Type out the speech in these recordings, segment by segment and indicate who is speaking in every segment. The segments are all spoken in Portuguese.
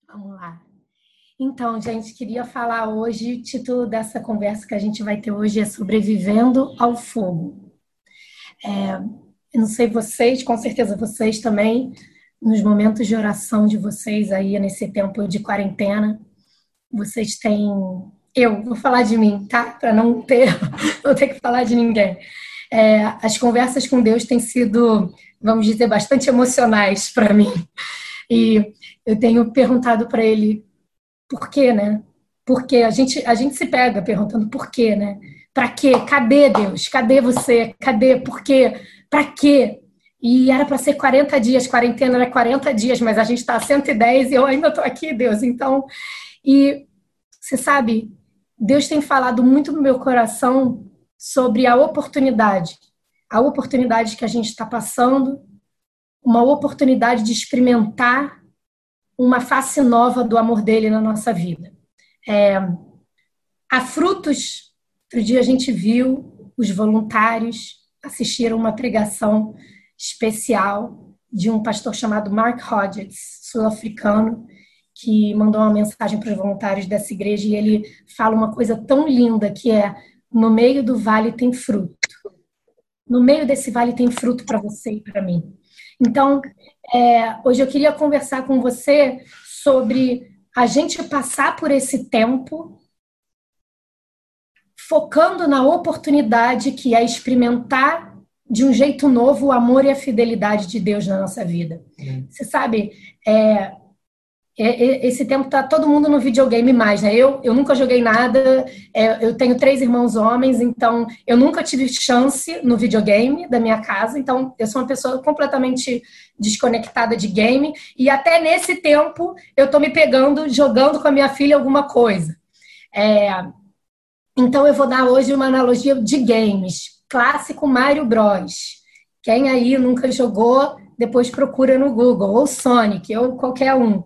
Speaker 1: Vamos lá. Então, gente, queria falar hoje, o título dessa conversa que a gente vai ter hoje é Sobrevivendo ao Fogo. Eu não sei vocês, com certeza vocês também, nos momentos de oração de vocês aí, nesse tempo de quarentena, vocês têm... Eu vou falar de mim, tá? Para não ter que falar de ninguém. As conversas com Deus têm sido, vamos dizer, bastante emocionais para mim. E eu tenho perguntado para Ele, por quê, né? Porque a gente se pega perguntando por quê, né? Para quê? Cadê Deus? Cadê você? Cadê? Por quê? Para quê? E era para ser 40 dias, quarentena era 40 dias, mas a gente está a 110 e eu ainda estou aqui, Deus. Então, e você sabe, Deus tem falado muito no meu coração sobre a oportunidade que a gente está passando, uma oportunidade de experimentar uma face nova do amor dele na nossa vida. Há frutos. Outro dia a gente viu os voluntários assistiram uma pregação especial de um pastor chamado Mark Hodges, sul-africano, que mandou uma mensagem para os voluntários dessa igreja e ele fala uma coisa tão linda que é: no meio do vale tem fruto. No meio desse vale tem fruto para você e para mim. Então, hoje eu queria conversar com você sobre a gente passar por esse tempo focando na oportunidade que é experimentar de um jeito novo o amor e a fidelidade de Deus na nossa vida. Você sabe, esse tempo tá todo mundo no videogame mais, né? Eu nunca joguei nada, eu tenho 3 irmãos homens, então eu nunca tive chance no videogame da minha casa, então eu sou uma pessoa completamente desconectada de game, e até nesse tempo eu tô me pegando, jogando com a minha filha alguma coisa. Então eu vou dar hoje uma analogia de games, clássico Mario Bros. Quem aí nunca jogou, depois procura no Google, ou Sonic, ou qualquer um.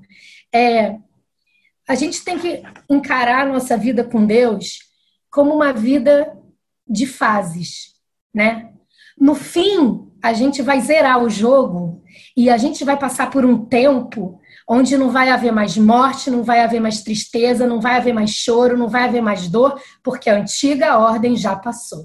Speaker 1: A gente tem que encarar a nossa vida com Deus como uma vida de fases, né? No fim, a gente vai zerar o jogo e a gente vai passar por um tempo onde não vai haver mais morte, não vai haver mais tristeza, não vai haver mais choro, não vai haver mais dor, porque a antiga ordem já passou.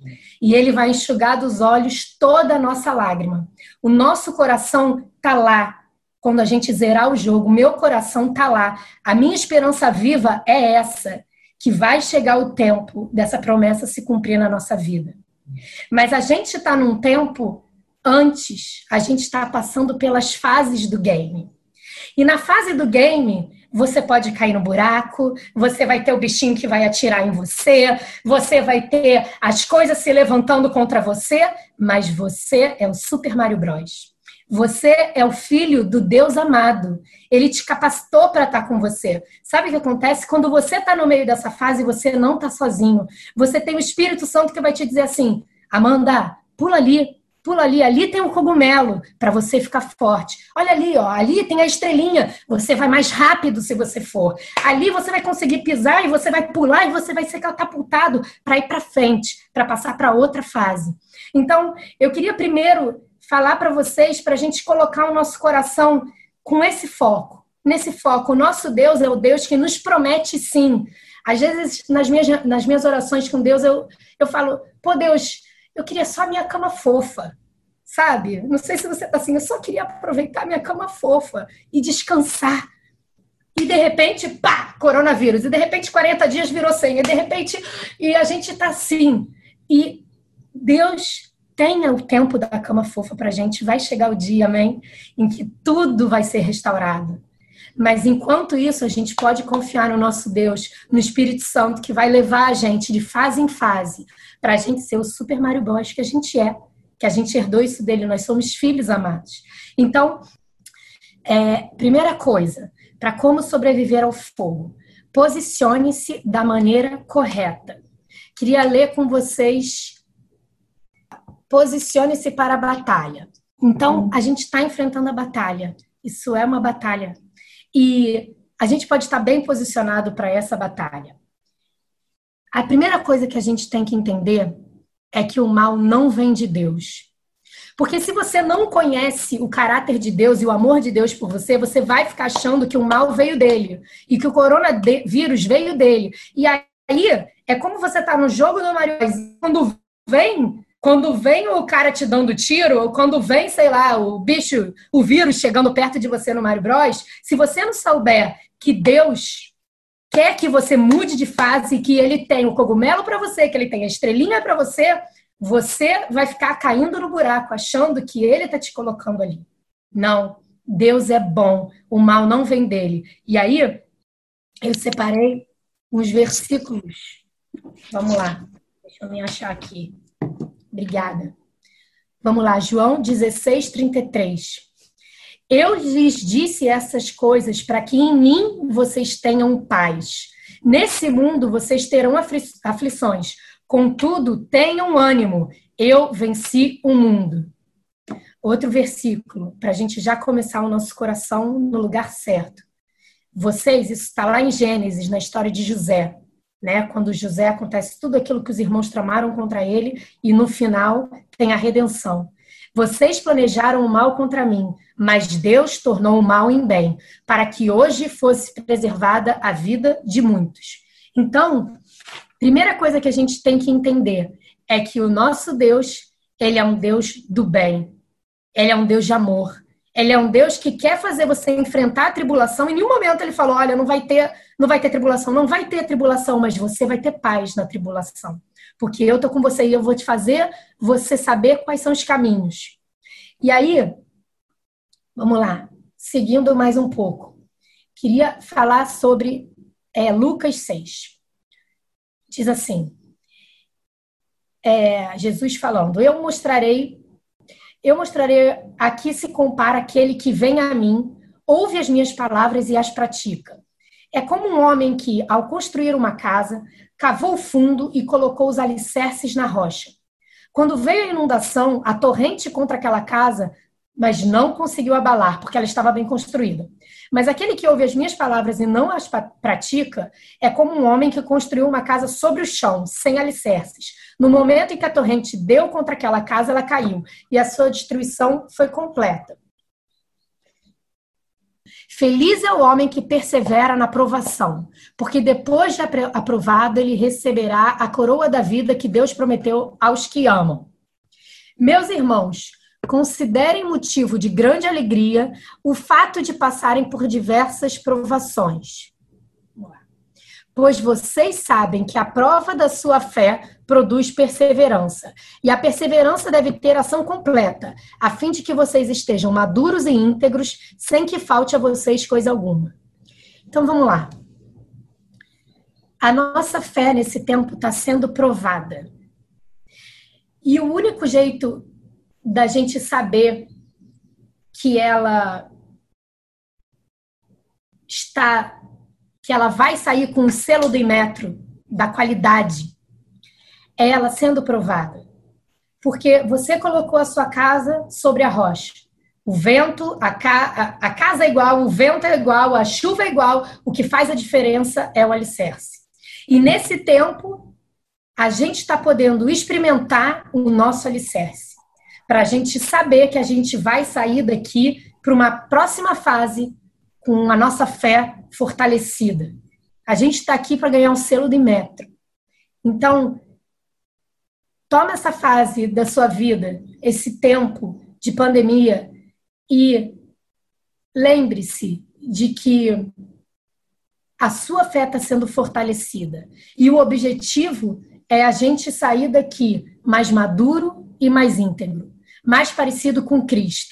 Speaker 1: E ele vai enxugar dos olhos toda a nossa lágrima. O nosso coração está lá. Quando a gente zerar o jogo, meu coração está lá. A minha esperança viva é essa, que vai chegar o tempo dessa promessa se cumprir na nossa vida. Mas a gente está num tempo antes, a gente está passando pelas fases do game. E na fase do game, você pode cair no buraco, você vai ter o bichinho que vai atirar em você, você vai ter as coisas se levantando contra você, mas você é o Super Mario Bros. Você é o filho do Deus amado. Ele te capacitou para estar com você. Sabe o que acontece? Quando você está no meio dessa fase, você não está sozinho. Você tem o Espírito Santo que vai te dizer assim: Amanda, pula ali, ali tem um cogumelo para você ficar forte. Olha ali, ó, ali tem a estrelinha. Você vai mais rápido se você for. Ali você vai conseguir pisar e você vai pular e você vai ser catapultado para ir para frente, para passar para outra fase. Então, eu queria primeiro falar para vocês, para a gente colocar o nosso coração com esse foco. Nesse foco, o nosso Deus é o Deus que nos promete sim. Às vezes, nas minhas orações com Deus, eu falo: pô, Deus, eu queria só a minha cama fofa, sabe? Não sei se você tá assim, eu só queria aproveitar a minha cama fofa e descansar. E de repente, pá, coronavírus. E de repente 40 dias virou 100. E de repente, e a gente tá assim. E Deus tenha o tempo da cama fofa pra gente. Vai chegar o dia, amém? Em que tudo vai ser restaurado. Mas enquanto isso, a gente pode confiar no nosso Deus, no Espírito Santo, que vai levar a gente de fase em fase para a gente ser o Super Mario Bros. Que a gente é, que a gente herdou isso dele, nós somos filhos amados. Então, primeira coisa, para como sobreviver ao fogo, posicione-se da maneira correta. Queria ler com vocês, posicione-se para a batalha. Então, a gente está enfrentando a batalha, isso é uma batalha. E a gente pode estar bem posicionado para essa batalha. A primeira coisa que a gente tem que entender é que o mal não vem de Deus. Porque se você não conhece o caráter de Deus e o amor de Deus por você, você vai ficar achando que o mal veio dele e que o coronavírus veio dele. E aí é como você tá no jogo do Mario Bros. Quando vem o cara te dando tiro, ou quando vem, sei lá, o bicho, o vírus chegando perto de você no Mario Bros, se você não souber que Deus quer que você mude de fase, que ele tem o cogumelo para você, que ele tem a estrelinha para você, você vai ficar caindo no buraco, achando que ele está te colocando ali. Não, Deus é bom, o mal não vem dele. E aí, eu separei uns versículos. Vamos lá, deixa eu me achar aqui. Obrigada. Vamos lá, João 16:33. Eu lhes disse essas coisas para que em mim vocês tenham paz. Nesse mundo vocês terão aflições. Contudo, tenham ânimo. Eu venci o mundo. Outro versículo, para a gente já começar o nosso coração no lugar certo. Vocês, isso está lá em Gênesis, na história de José. Né? Quando José acontece tudo aquilo que os irmãos tramaram contra ele e no final tem a redenção. Vocês planejaram o mal contra mim, mas Deus tornou o mal em bem, para que hoje fosse preservada a vida de muitos. Então, primeira coisa que a gente tem que entender é que o nosso Deus, ele é um Deus do bem. Ele é um Deus de amor. Ele é um Deus que quer fazer você enfrentar a tribulação. Em nenhum momento ele falou, olha, não vai ter tribulação. Não vai ter tribulação, mas você vai ter paz na tribulação. Porque eu tô com você e eu vou te fazer você saber quais são os caminhos. E aí, vamos lá, seguindo mais um pouco. Queria falar sobre Lucas 6. Diz assim, Jesus falando, eu mostrarei a que se compara aquele que vem a mim, ouve as minhas palavras e as pratica. É como um homem que, ao construir uma casa, cavou fundo e colocou os alicerces na rocha. Quando veio a inundação, a torrente contra aquela casa, mas não conseguiu abalar, porque ela estava bem construída. Mas aquele que ouve as minhas palavras e não as pratica, é como um homem que construiu uma casa sobre o chão, sem alicerces. No momento em que a torrente deu contra aquela casa, ela caiu, e a sua destruição foi completa. Feliz é o homem que persevera na provação, porque depois de aprovado, ele receberá a coroa da vida que Deus prometeu aos que amam. Meus irmãos, considerem motivo de grande alegria o fato de passarem por diversas provações. Pois vocês sabem que a prova da sua fé produz perseverança. E a perseverança deve ter ação completa, a fim de que vocês estejam maduros e íntegros, sem que falte a vocês coisa alguma. Então, vamos lá. A nossa fé nesse tempo está sendo provada. E o único jeito da gente saber que ela vai sair com o selo do Inmetro da qualidade, é ela sendo provada. Porque você colocou a sua casa sobre a rocha. O vento, a casa é igual, o vento é igual, a chuva é igual, o que faz a diferença é o alicerce. E nesse tempo, a gente está podendo experimentar o nosso alicerce, para a gente saber que a gente vai sair daqui para uma próxima fase com a nossa fé fortalecida. A gente está aqui para ganhar um selo de Inmetro. Então, toma essa fase da sua vida, esse tempo de pandemia, e lembre-se de que a sua fé está sendo fortalecida. E o objetivo é a gente sair daqui mais maduro e mais íntegro, mais parecido com Cristo.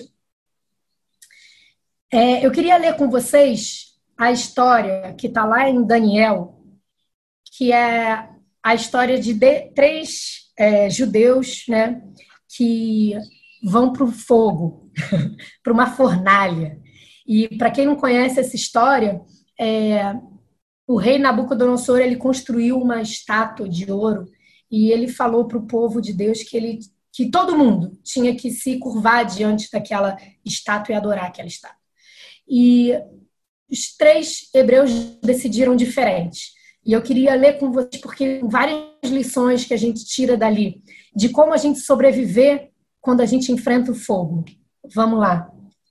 Speaker 1: Eu queria ler com vocês a história que está lá em Daniel, que é a história de três judeus, né, que vão para o fogo, para uma fornalha. E para quem não conhece essa história, o rei Nabucodonosor, ele construiu uma estátua de ouro e ele falou para o povo de Deus que todo mundo tinha que se curvar diante daquela estátua e adorar aquela estátua. E os três hebreus decidiram diferente. E eu queria ler com vocês, porque tem várias lições que a gente tira dali, de como a gente sobreviver quando a gente enfrenta o fogo? Vamos lá.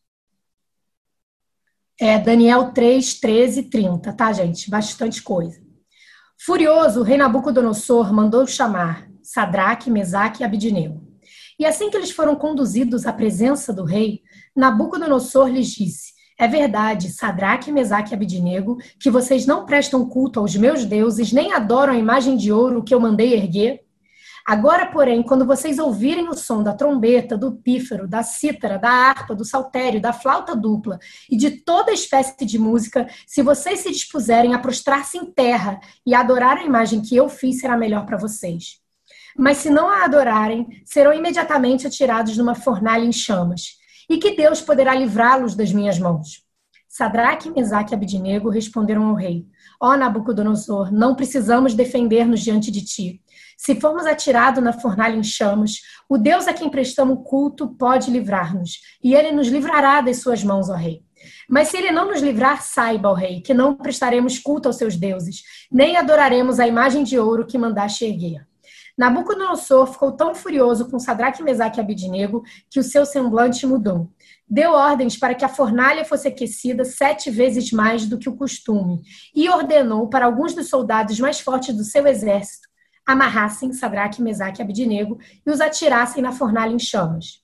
Speaker 1: Daniel 3, 13 e 30, tá, gente? Bastante coisa. Furioso, o rei Nabucodonosor mandou chamar Sadraque, Mesaque e Abidnego. E assim que eles foram conduzidos à presença do rei, Nabucodonosor lhes disse: é verdade, Sadraque, Mesaque e Abidnego, que vocês não prestam culto aos meus deuses, nem adoram a imagem de ouro que eu mandei erguer? Agora, porém, quando vocês ouvirem o som da trombeta, do pífaro, da cítara, da harpa, do saltério, da flauta dupla e de toda espécie de música, se vocês se dispuserem a prostrar-se em terra e adorar a imagem que eu fiz, será melhor para vocês. Mas se não a adorarem, serão imediatamente atirados numa fornalha em chamas. E que Deus poderá livrá-los das minhas mãos? Sadraque, Mesaque e Abidnego responderam ao rei: ó Nabucodonosor, não precisamos defender-nos diante de ti. Se formos atirados na fornalha em chamas, o Deus a quem prestamos culto pode livrar-nos, e ele nos livrará das suas mãos, ó rei. Mas se ele não nos livrar, saiba, ó rei, que não prestaremos culto aos seus deuses, nem adoraremos a imagem de ouro que mandaste erguer. Nabucodonosor ficou tão furioso com Sadraque, Mesaque e Abidnego que o seu semblante mudou. Deu ordens para que a fornalha fosse aquecida 7 vezes mais do que o costume e ordenou para alguns dos soldados mais fortes do seu exército amarrassem Sadraque, Mesaque e Abidnego e os atirassem na fornalha em chamas.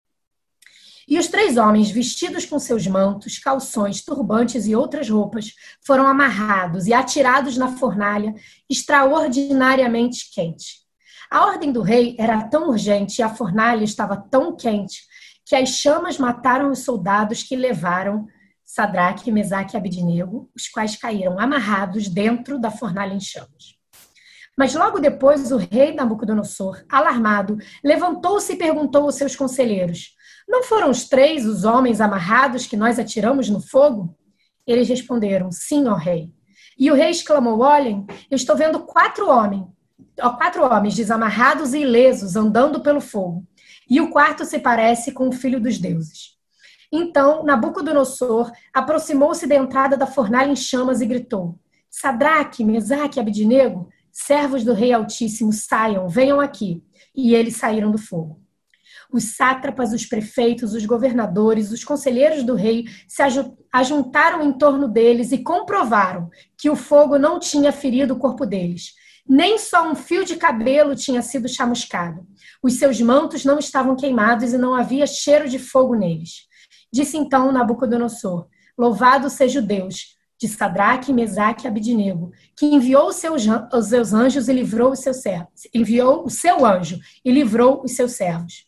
Speaker 1: E os 3 homens, vestidos com seus mantos, calções, turbantes e outras roupas, foram amarrados e atirados na fornalha extraordinariamente quente. A ordem do rei era tão urgente e a fornalha estava tão quente que as chamas mataram os soldados que levaram Sadraque, Mesaque e Abidnego, os quais caíram amarrados dentro da fornalha em chamas. Mas logo depois o rei Nabucodonosor, alarmado, levantou-se e perguntou aos seus conselheiros: não foram os 3 os homens amarrados que nós atiramos no fogo? Eles responderam: sim, ó rei. E o rei exclamou: olhem, eu estou vendo 4 homens desamarrados e ilesos andando pelo fogo. E o quarto se parece com o filho dos deuses. Então Nabucodonosor aproximou-se da entrada da fornalha em chamas e gritou: Sadraque, Mesaque e Abidnego, servos do Rei Altíssimo, saiam, venham aqui. E eles saíram do fogo. Os sátrapas, os prefeitos, os governadores, os conselheiros do rei se ajuntaram em torno deles e comprovaram que o fogo não tinha ferido o corpo deles. Nem só um fio de cabelo tinha sido chamuscado. Os seus mantos não estavam queimados e não havia cheiro de fogo neles. Disse então Nabucodonosor: louvado seja o Deus de Sadraque, Mesaque e Abidnego, que enviou os seus anjos e livrou os seus servos. Enviou o seu anjo e livrou os seus servos.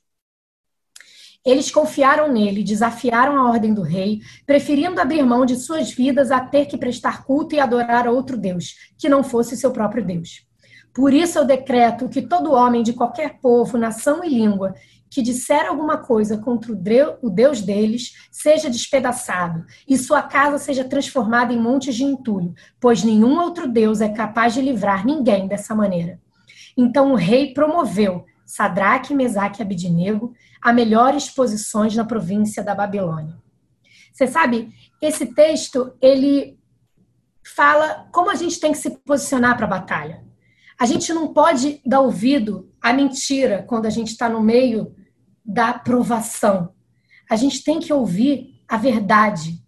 Speaker 1: Eles confiaram nele, desafiaram a ordem do rei, preferindo abrir mão de suas vidas a ter que prestar culto e adorar a outro Deus, que não fosse seu próprio Deus. Por isso eu decreto que todo homem de qualquer povo, nação e língua que disser alguma coisa contra o Deus deles, seja despedaçado, e sua casa seja transformada em montes de entulho, pois nenhum outro Deus é capaz de livrar ninguém dessa maneira. Então o rei promoveu Sadraque, Mesaque e Abidnego a melhores posições na província da Babilônia. Você sabe, esse texto, ele fala como a gente tem que se posicionar para a batalha. A gente não pode dar ouvido à mentira quando a gente está no meio da provação. A gente tem que ouvir a verdade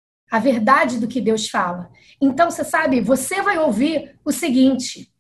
Speaker 1: do que Deus fala. Então, você sabe, você vai ouvir o seguinte,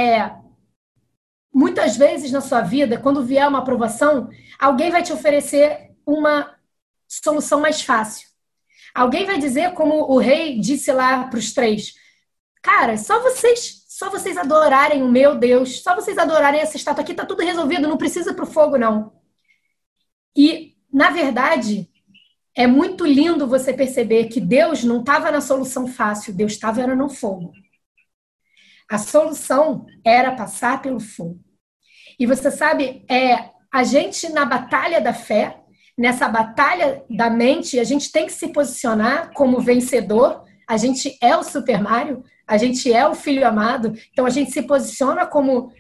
Speaker 1: muitas vezes na sua vida, quando vier uma provação, alguém vai te oferecer uma solução mais fácil. Alguém vai dizer, como o rei disse lá para os 3, cara, só vocês adorarem o meu Deus, só vocês adorarem essa estátua aqui, tá tudo resolvido, não precisa ir pro fogo, não. E, na verdade, é muito lindo você perceber que Deus não estava na solução fácil, Deus estava no fogo. A solução era passar pelo fogo. E você sabe, a gente na batalha da fé, nessa batalha da mente, a gente tem que se posicionar como vencedor. A gente é o Super Mario, a gente é o filho amado, então a gente se posiciona como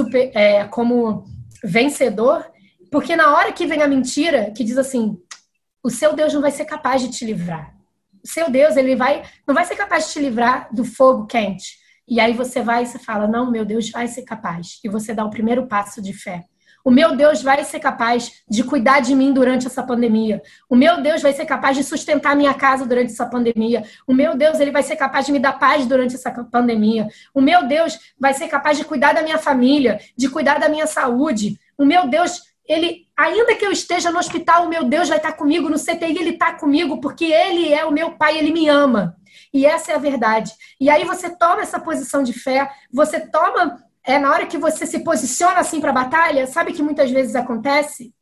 Speaker 1: vencedor, porque na hora que vem a mentira, que diz assim, o seu Deus não vai ser capaz de te livrar. O seu Deus, não vai ser capaz de te livrar do fogo quente. E aí você vai e você fala, não, meu Deus vai ser capaz. E você dá o primeiro passo de fé. O meu Deus vai ser capaz de cuidar de mim durante essa pandemia. O meu Deus vai ser capaz de sustentar minha casa durante essa pandemia. O meu Deus, ele vai ser capaz de me dar paz durante essa pandemia. O meu Deus vai ser capaz de cuidar da minha família, de cuidar da minha saúde. O meu Deus, ele, ainda que eu esteja no hospital, o meu Deus vai estar comigo. No CTI, ele está comigo, porque ele é o meu pai, ele me ama. E essa é a verdade. E aí você toma essa posição de fé, você toma... na hora que você se posiciona assim para a batalha, sabe que muitas vezes acontece?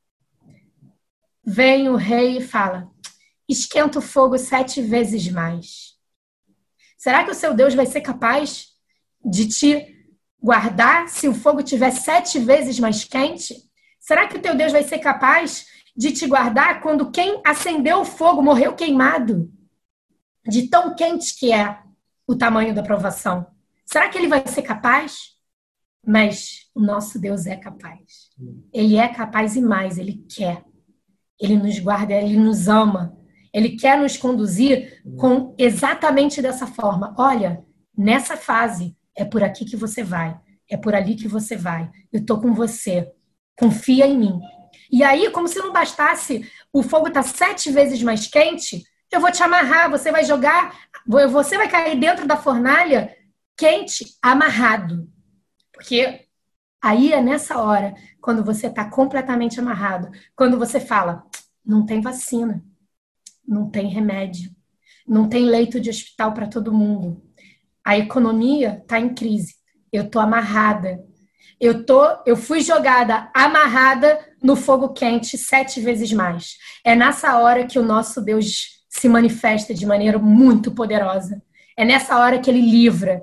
Speaker 1: Vem o rei e fala, esquenta o fogo 7 vezes mais. Será que o seu Deus vai ser capaz de te guardar se o fogo estiver 7 vezes mais quente? Será que o teu Deus vai ser capaz de te guardar quando quem acendeu o fogo morreu queimado? De tão quente que é o tamanho da provação. Será que ele vai ser capaz? Mas o nosso Deus é capaz. Ele é capaz e mais, ele quer. Ele nos guarda, ele nos ama. Ele quer nos conduzir com exatamente dessa forma. Olha, nessa fase, é por aqui que você vai. É por ali que você vai. Eu estou com você. Confia em mim. E aí, como se não bastasse, o fogo está 7 vezes mais quente, eu vou te amarrar, você vai jogar, você vai cair dentro da fornalha quente, amarrado. Porque aí é nessa hora, quando você está completamente amarrado, quando você fala, não tem vacina, não tem remédio, não tem leito de hospital para todo mundo, a economia está em crise, eu estou amarrada, eu fui jogada amarrada no fogo quente 7 vezes mais. É nessa hora que o nosso Deus se manifesta de maneira muito poderosa. É nessa hora que ele livra.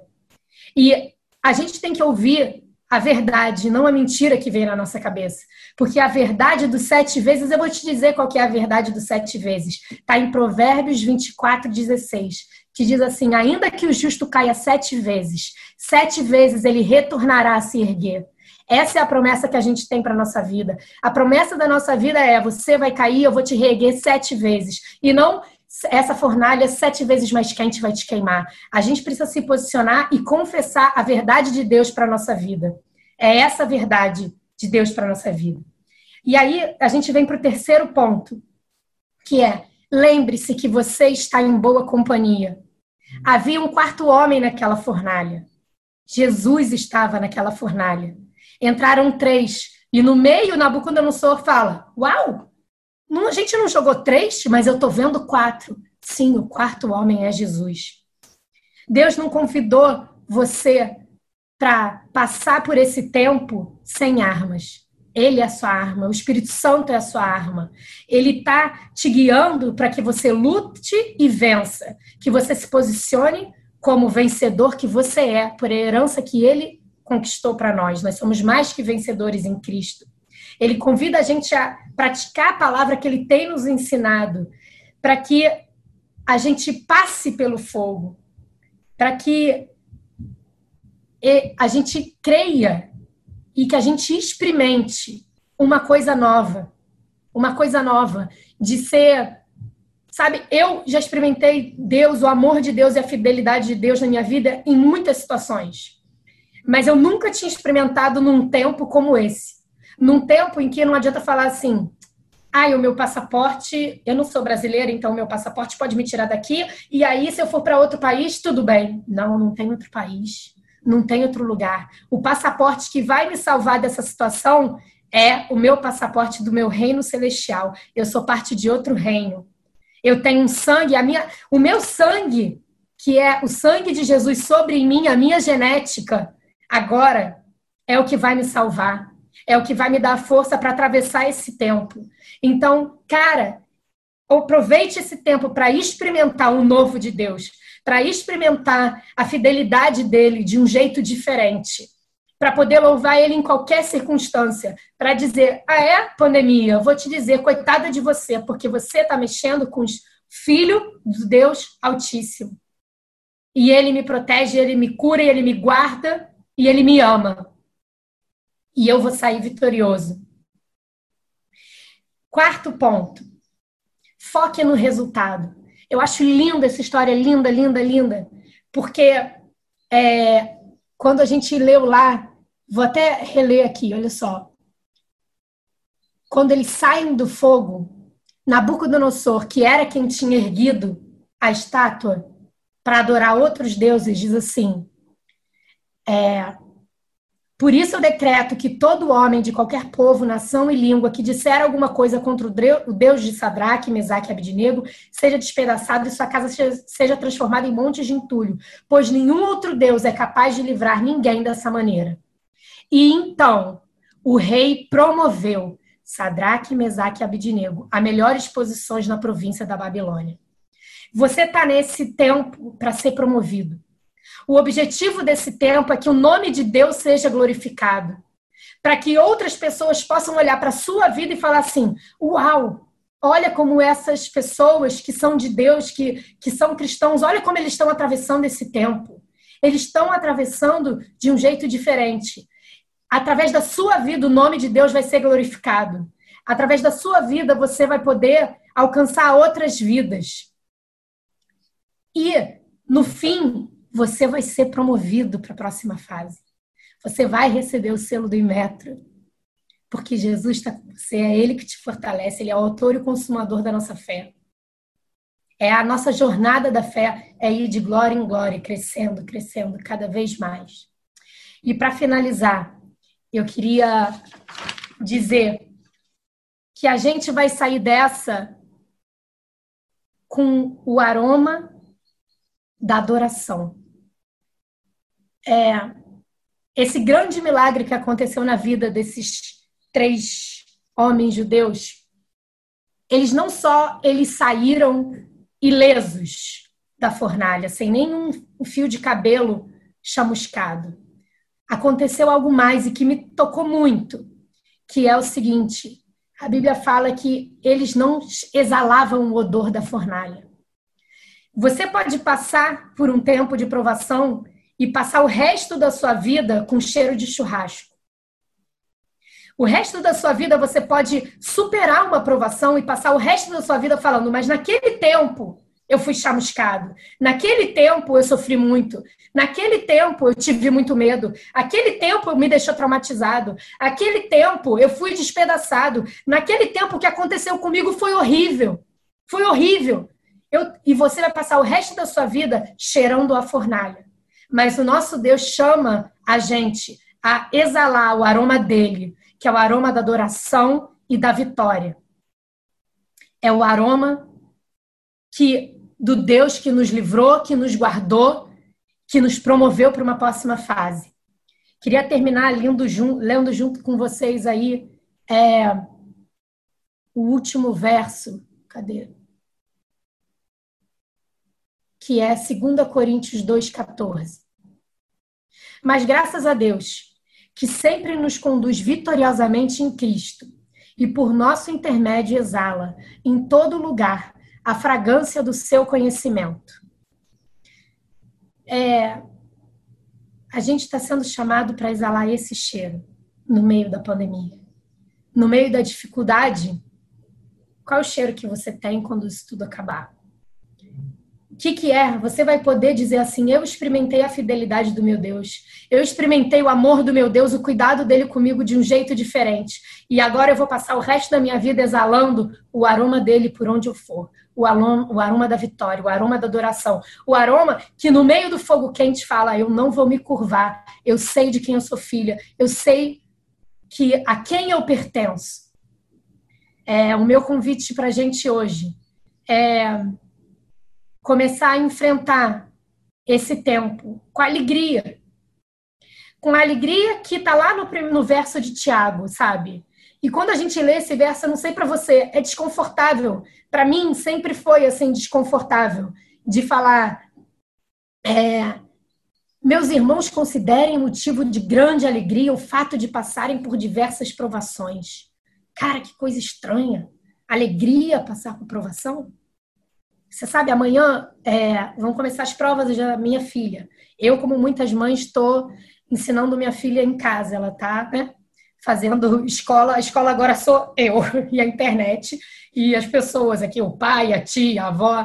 Speaker 1: E a gente tem que ouvir a verdade, não a mentira que vem na nossa cabeça. Porque a verdade dos 7 vezes, eu vou te dizer qual que é a verdade dos 7 vezes. Está em Provérbios 24:16, que diz assim, ainda que o justo caia 7 vezes, 7 vezes ele retornará a se erguer. Essa é a promessa que a gente tem para a nossa vida. A promessa da nossa vida é, você vai cair, eu vou te reerguer 7 vezes. E não essa fornalha 7 vezes mais quente vai te queimar. A gente precisa se posicionar e confessar a verdade de Deus para a nossa vida. É essa a verdade de Deus para a nossa vida. E aí a gente vem para o terceiro ponto, que é, lembre-se que você está em boa companhia. Havia um 4º homem naquela fornalha. Jesus estava naquela fornalha. Entraram 3. E no meio, Nabucodonosor fala, uau! A gente não jogou 3, mas eu estou vendo 4. Sim, o 4º homem é Jesus. Deus não convidou você para passar por esse tempo sem armas. Ele é a sua arma, o Espírito Santo é a sua arma. Ele está te guiando para que você lute e vença, que você se posicione como vencedor que você é, por a herança que ele conquistou para nós. Nós somos mais que vencedores em Cristo. Ele convida a gente a praticar a palavra que ele tem nos ensinado, para que a gente passe pelo fogo, para que a gente creia e que a gente experimente uma coisa nova de ser, sabe, eu já experimentei Deus, o amor de Deus e a fidelidade de Deus na minha vida em muitas situações, mas eu nunca tinha experimentado num tempo como esse. Num tempo em que não adianta falar assim, o meu passaporte, eu não sou brasileira, então o meu passaporte pode me tirar daqui, e aí se eu for para outro país, tudo bem. Não tem outro país, não tem outro lugar. O passaporte que vai me salvar dessa situação é o meu passaporte do meu reino celestial. Eu sou parte de outro reino. Eu tenho um sangue, o meu sangue, que é o sangue de Jesus sobre mim, a minha genética, agora é o que vai me salvar. É o que vai me dar força para atravessar esse tempo. Então, cara, aproveite esse tempo para experimentar o novo de Deus, para experimentar a fidelidade dele de um jeito diferente, para poder louvar ele em qualquer circunstância, para dizer, pandemia, eu vou te dizer, coitada de você, porque você está mexendo com os filhos do Deus Altíssimo. E ele me protege, ele me cura, ele me guarda e ele me ama. E eu vou sair vitorioso. 4º ponto. Foque no resultado. Eu acho linda essa história, linda, linda, linda. Porque quando a gente leu lá, vou até reler aqui, olha só. quando eles saem do fogo, Nabucodonosor, que era quem tinha erguido a estátua para adorar outros deuses, diz assim: por isso eu decreto que todo homem de qualquer povo, nação e língua que disser alguma coisa contra o Deus de Sadraque, Mesaque e Abednego seja despedaçado e sua casa seja transformada em montes de entulho, pois nenhum outro Deus é capaz de livrar ninguém dessa maneira. E então o rei promoveu Sadraque, Mesaque e Abednego a melhores posições na província da Babilônia. Você está nesse tempo para ser promovido. O objetivo desse tempo é que o nome de Deus seja glorificado, para que outras pessoas possam olhar para a sua vida e falar assim: uau, olha como essas pessoas que são de Deus, que são cristãos, olha como eles estão atravessando esse tempo. Eles estão atravessando de um jeito diferente. Através da sua vida, o nome de Deus vai ser glorificado. Através da sua vida, você vai poder alcançar outras vidas. E, no fim, você vai ser promovido para a próxima fase. Você vai receber o selo do Inmetro, porque Jesus está com você, é Ele que te fortalece, Ele é o autor e o consumador da nossa fé. É a nossa jornada da fé, é ir de glória em glória, crescendo, crescendo cada vez mais. E para finalizar, eu queria dizer que a gente vai sair dessa com o aroma da adoração. Esse grande milagre que aconteceu na vida desses 3 homens judeus, eles não só saíram ilesos da fornalha, sem nenhum fio de cabelo chamuscado. Aconteceu algo mais e que me tocou muito, que é o seguinte: a Bíblia fala que eles não exalavam o odor da fornalha. Você pode passar por um tempo de provação e passar o resto da sua vida com cheiro de churrasco. O resto da sua vida você pode superar uma provação e passar o resto da sua vida falando: mas naquele tempo eu fui chamuscado, naquele tempo eu sofri muito, naquele tempo eu tive muito medo, aquele tempo me deixou traumatizado, aquele tempo eu fui despedaçado, naquele tempo o que aconteceu comigo foi horrível, foi horrível. E você vai passar o resto da sua vida cheirando a fornalha. Mas o nosso Deus chama a gente a exalar o aroma dele, que é o aroma da adoração e da vitória. É o aroma do Deus que nos livrou, que nos guardou, que nos promoveu para uma próxima fase. Queria terminar lendo junto com vocês aí o último verso. Cadê? Que é 2 Coríntios 2,14. Mas graças a Deus, que sempre nos conduz vitoriosamente em Cristo, e por nosso intermédio exala, em todo lugar, a fragrância do seu conhecimento. A gente está sendo chamado para exalar esse cheiro no meio da pandemia. No meio da dificuldade, qual é o cheiro que você tem quando isso tudo acabar? O que é? Você vai poder dizer assim: eu experimentei a fidelidade do meu Deus, eu experimentei o amor do meu Deus, o cuidado dele comigo de um jeito diferente. E agora eu vou passar o resto da minha vida exalando o aroma dele por onde eu for. O aroma da vitória, o aroma da adoração. O aroma que no meio do fogo quente fala: eu não vou me curvar, eu sei de quem eu sou filha, eu sei a quem eu pertenço. O meu convite para a gente hoje é começar a enfrentar esse tempo com alegria. Com a alegria que está lá no verso de Tiago, sabe? E quando a gente lê esse verso, eu não sei para você, é desconfortável. Para mim, sempre foi assim, desconfortável de falar: meus irmãos considerem motivo de grande alegria o fato de passarem por diversas provações. Cara, que coisa estranha. Alegria passar por provação? Você sabe, amanhã vão começar as provas da minha filha. Eu, como muitas mães, estou ensinando minha filha em casa. Ela está fazendo escola. A escola agora sou eu e a internet. E as pessoas aqui, o pai, a tia, a avó.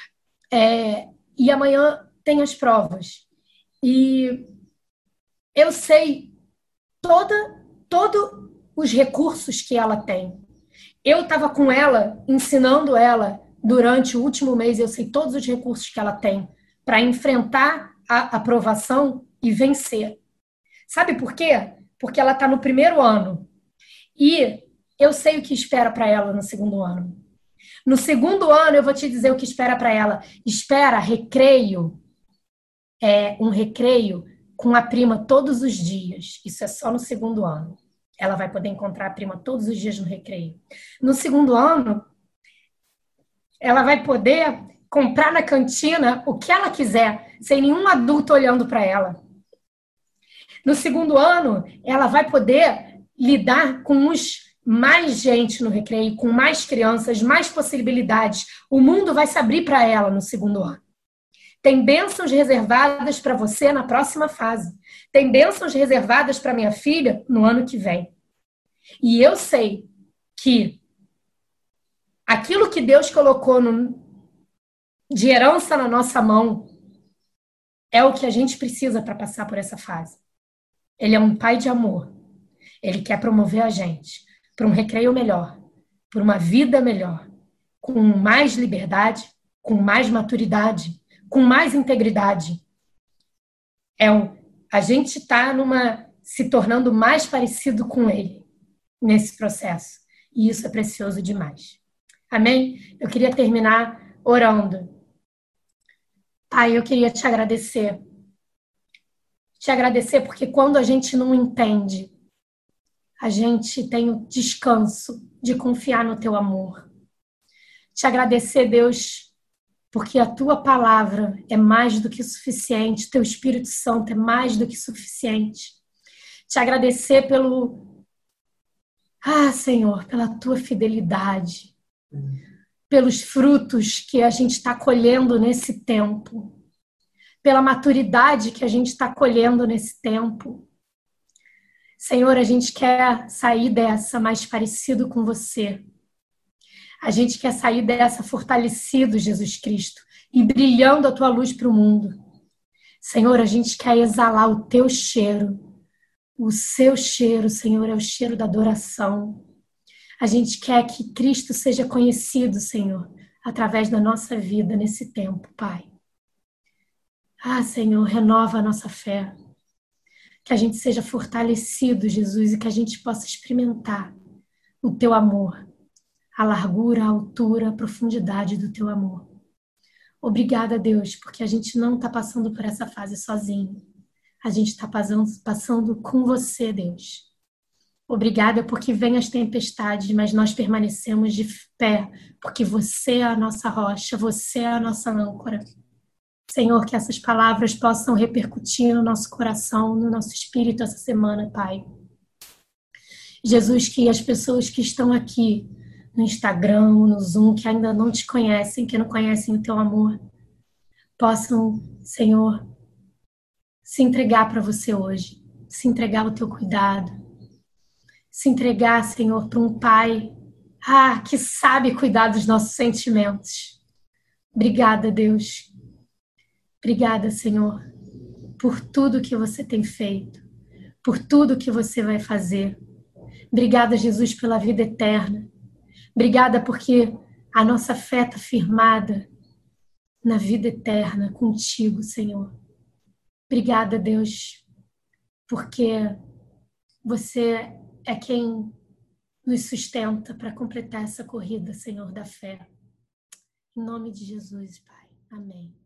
Speaker 1: E amanhã tem as provas. E eu sei todos os recursos que ela tem. Eu estava com ela, ensinando ela durante o último mês, eu sei todos os recursos que ela tem para enfrentar a aprovação e vencer. Sabe por quê? Porque ela está no primeiro ano. E eu sei o que espera para ela no segundo ano. No segundo ano, eu vou te dizer o que espera para ela. Espera recreio, um recreio com a prima todos os dias. Isso é só no segundo ano. Ela vai poder encontrar a prima todos os dias no recreio. No segundo ano, ela vai poder comprar na cantina o que ela quiser, sem nenhum adulto olhando para ela. No segundo ano, ela vai poder lidar com mais gente no recreio, com mais crianças, mais possibilidades. O mundo vai se abrir para ela no segundo ano. Tem bênçãos reservadas para você na próxima fase. Tem bênçãos reservadas para minha filha no ano que vem. E eu sei que aquilo que Deus colocou de herança na nossa mão é o que a gente precisa para passar por essa fase. Ele é um pai de amor. Ele quer promover a gente para um recreio melhor, para uma vida melhor, com mais liberdade, com mais maturidade, com mais integridade. A gente está se tornando mais parecido com ele nesse processo. E isso é precioso demais. Amém? Eu queria terminar orando. Pai, eu queria te agradecer. Te agradecer porque quando a gente não entende, a gente tem o descanso de confiar no teu amor. Te agradecer, Deus, porque a tua palavra é mais do que suficiente, teu Espírito Santo é mais do que suficiente. Te agradecer Senhor, pela tua fidelidade, pelos frutos que a gente está colhendo nesse tempo, pela maturidade que a gente está colhendo nesse tempo. Senhor, a gente quer sair dessa mais parecido com você. A gente quer sair dessa fortalecido, Jesus Cristo, e brilhando a tua luz para o mundo. Senhor, a gente quer exalar o teu cheiro. O seu cheiro, Senhor, é o cheiro da adoração. A gente quer que Cristo seja conhecido, Senhor, através da nossa vida nesse tempo, Pai. Senhor, renova a nossa fé. Que a gente seja fortalecido, Jesus, e que a gente possa experimentar o teu amor, a largura, a altura, a profundidade do teu amor. Obrigada, Deus, porque a gente não está passando por essa fase sozinho. A gente está passando com você, Deus. Obrigada porque vêm as tempestades, mas nós permanecemos de pé, porque você é a nossa rocha, você é a nossa âncora. Senhor, que essas palavras possam repercutir no nosso coração, no nosso espírito essa semana, Pai. Jesus, que as pessoas que estão aqui no Instagram, no Zoom, que ainda não te conhecem, que não conhecem o teu amor, possam, Senhor, se entregar para você hoje, se entregar ao teu cuidado, se entregar, Senhor, para um Pai, que sabe cuidar dos nossos sentimentos. Obrigada, Deus. Obrigada, Senhor, por tudo que você tem feito, por tudo que você vai fazer. Obrigada, Jesus, pela vida eterna. Obrigada porque a nossa fé está firmada na vida eterna contigo, Senhor. Obrigada, Deus, porque você é quem nos sustenta para completar essa corrida, Senhor, da fé. Em nome de Jesus, Pai. Amém.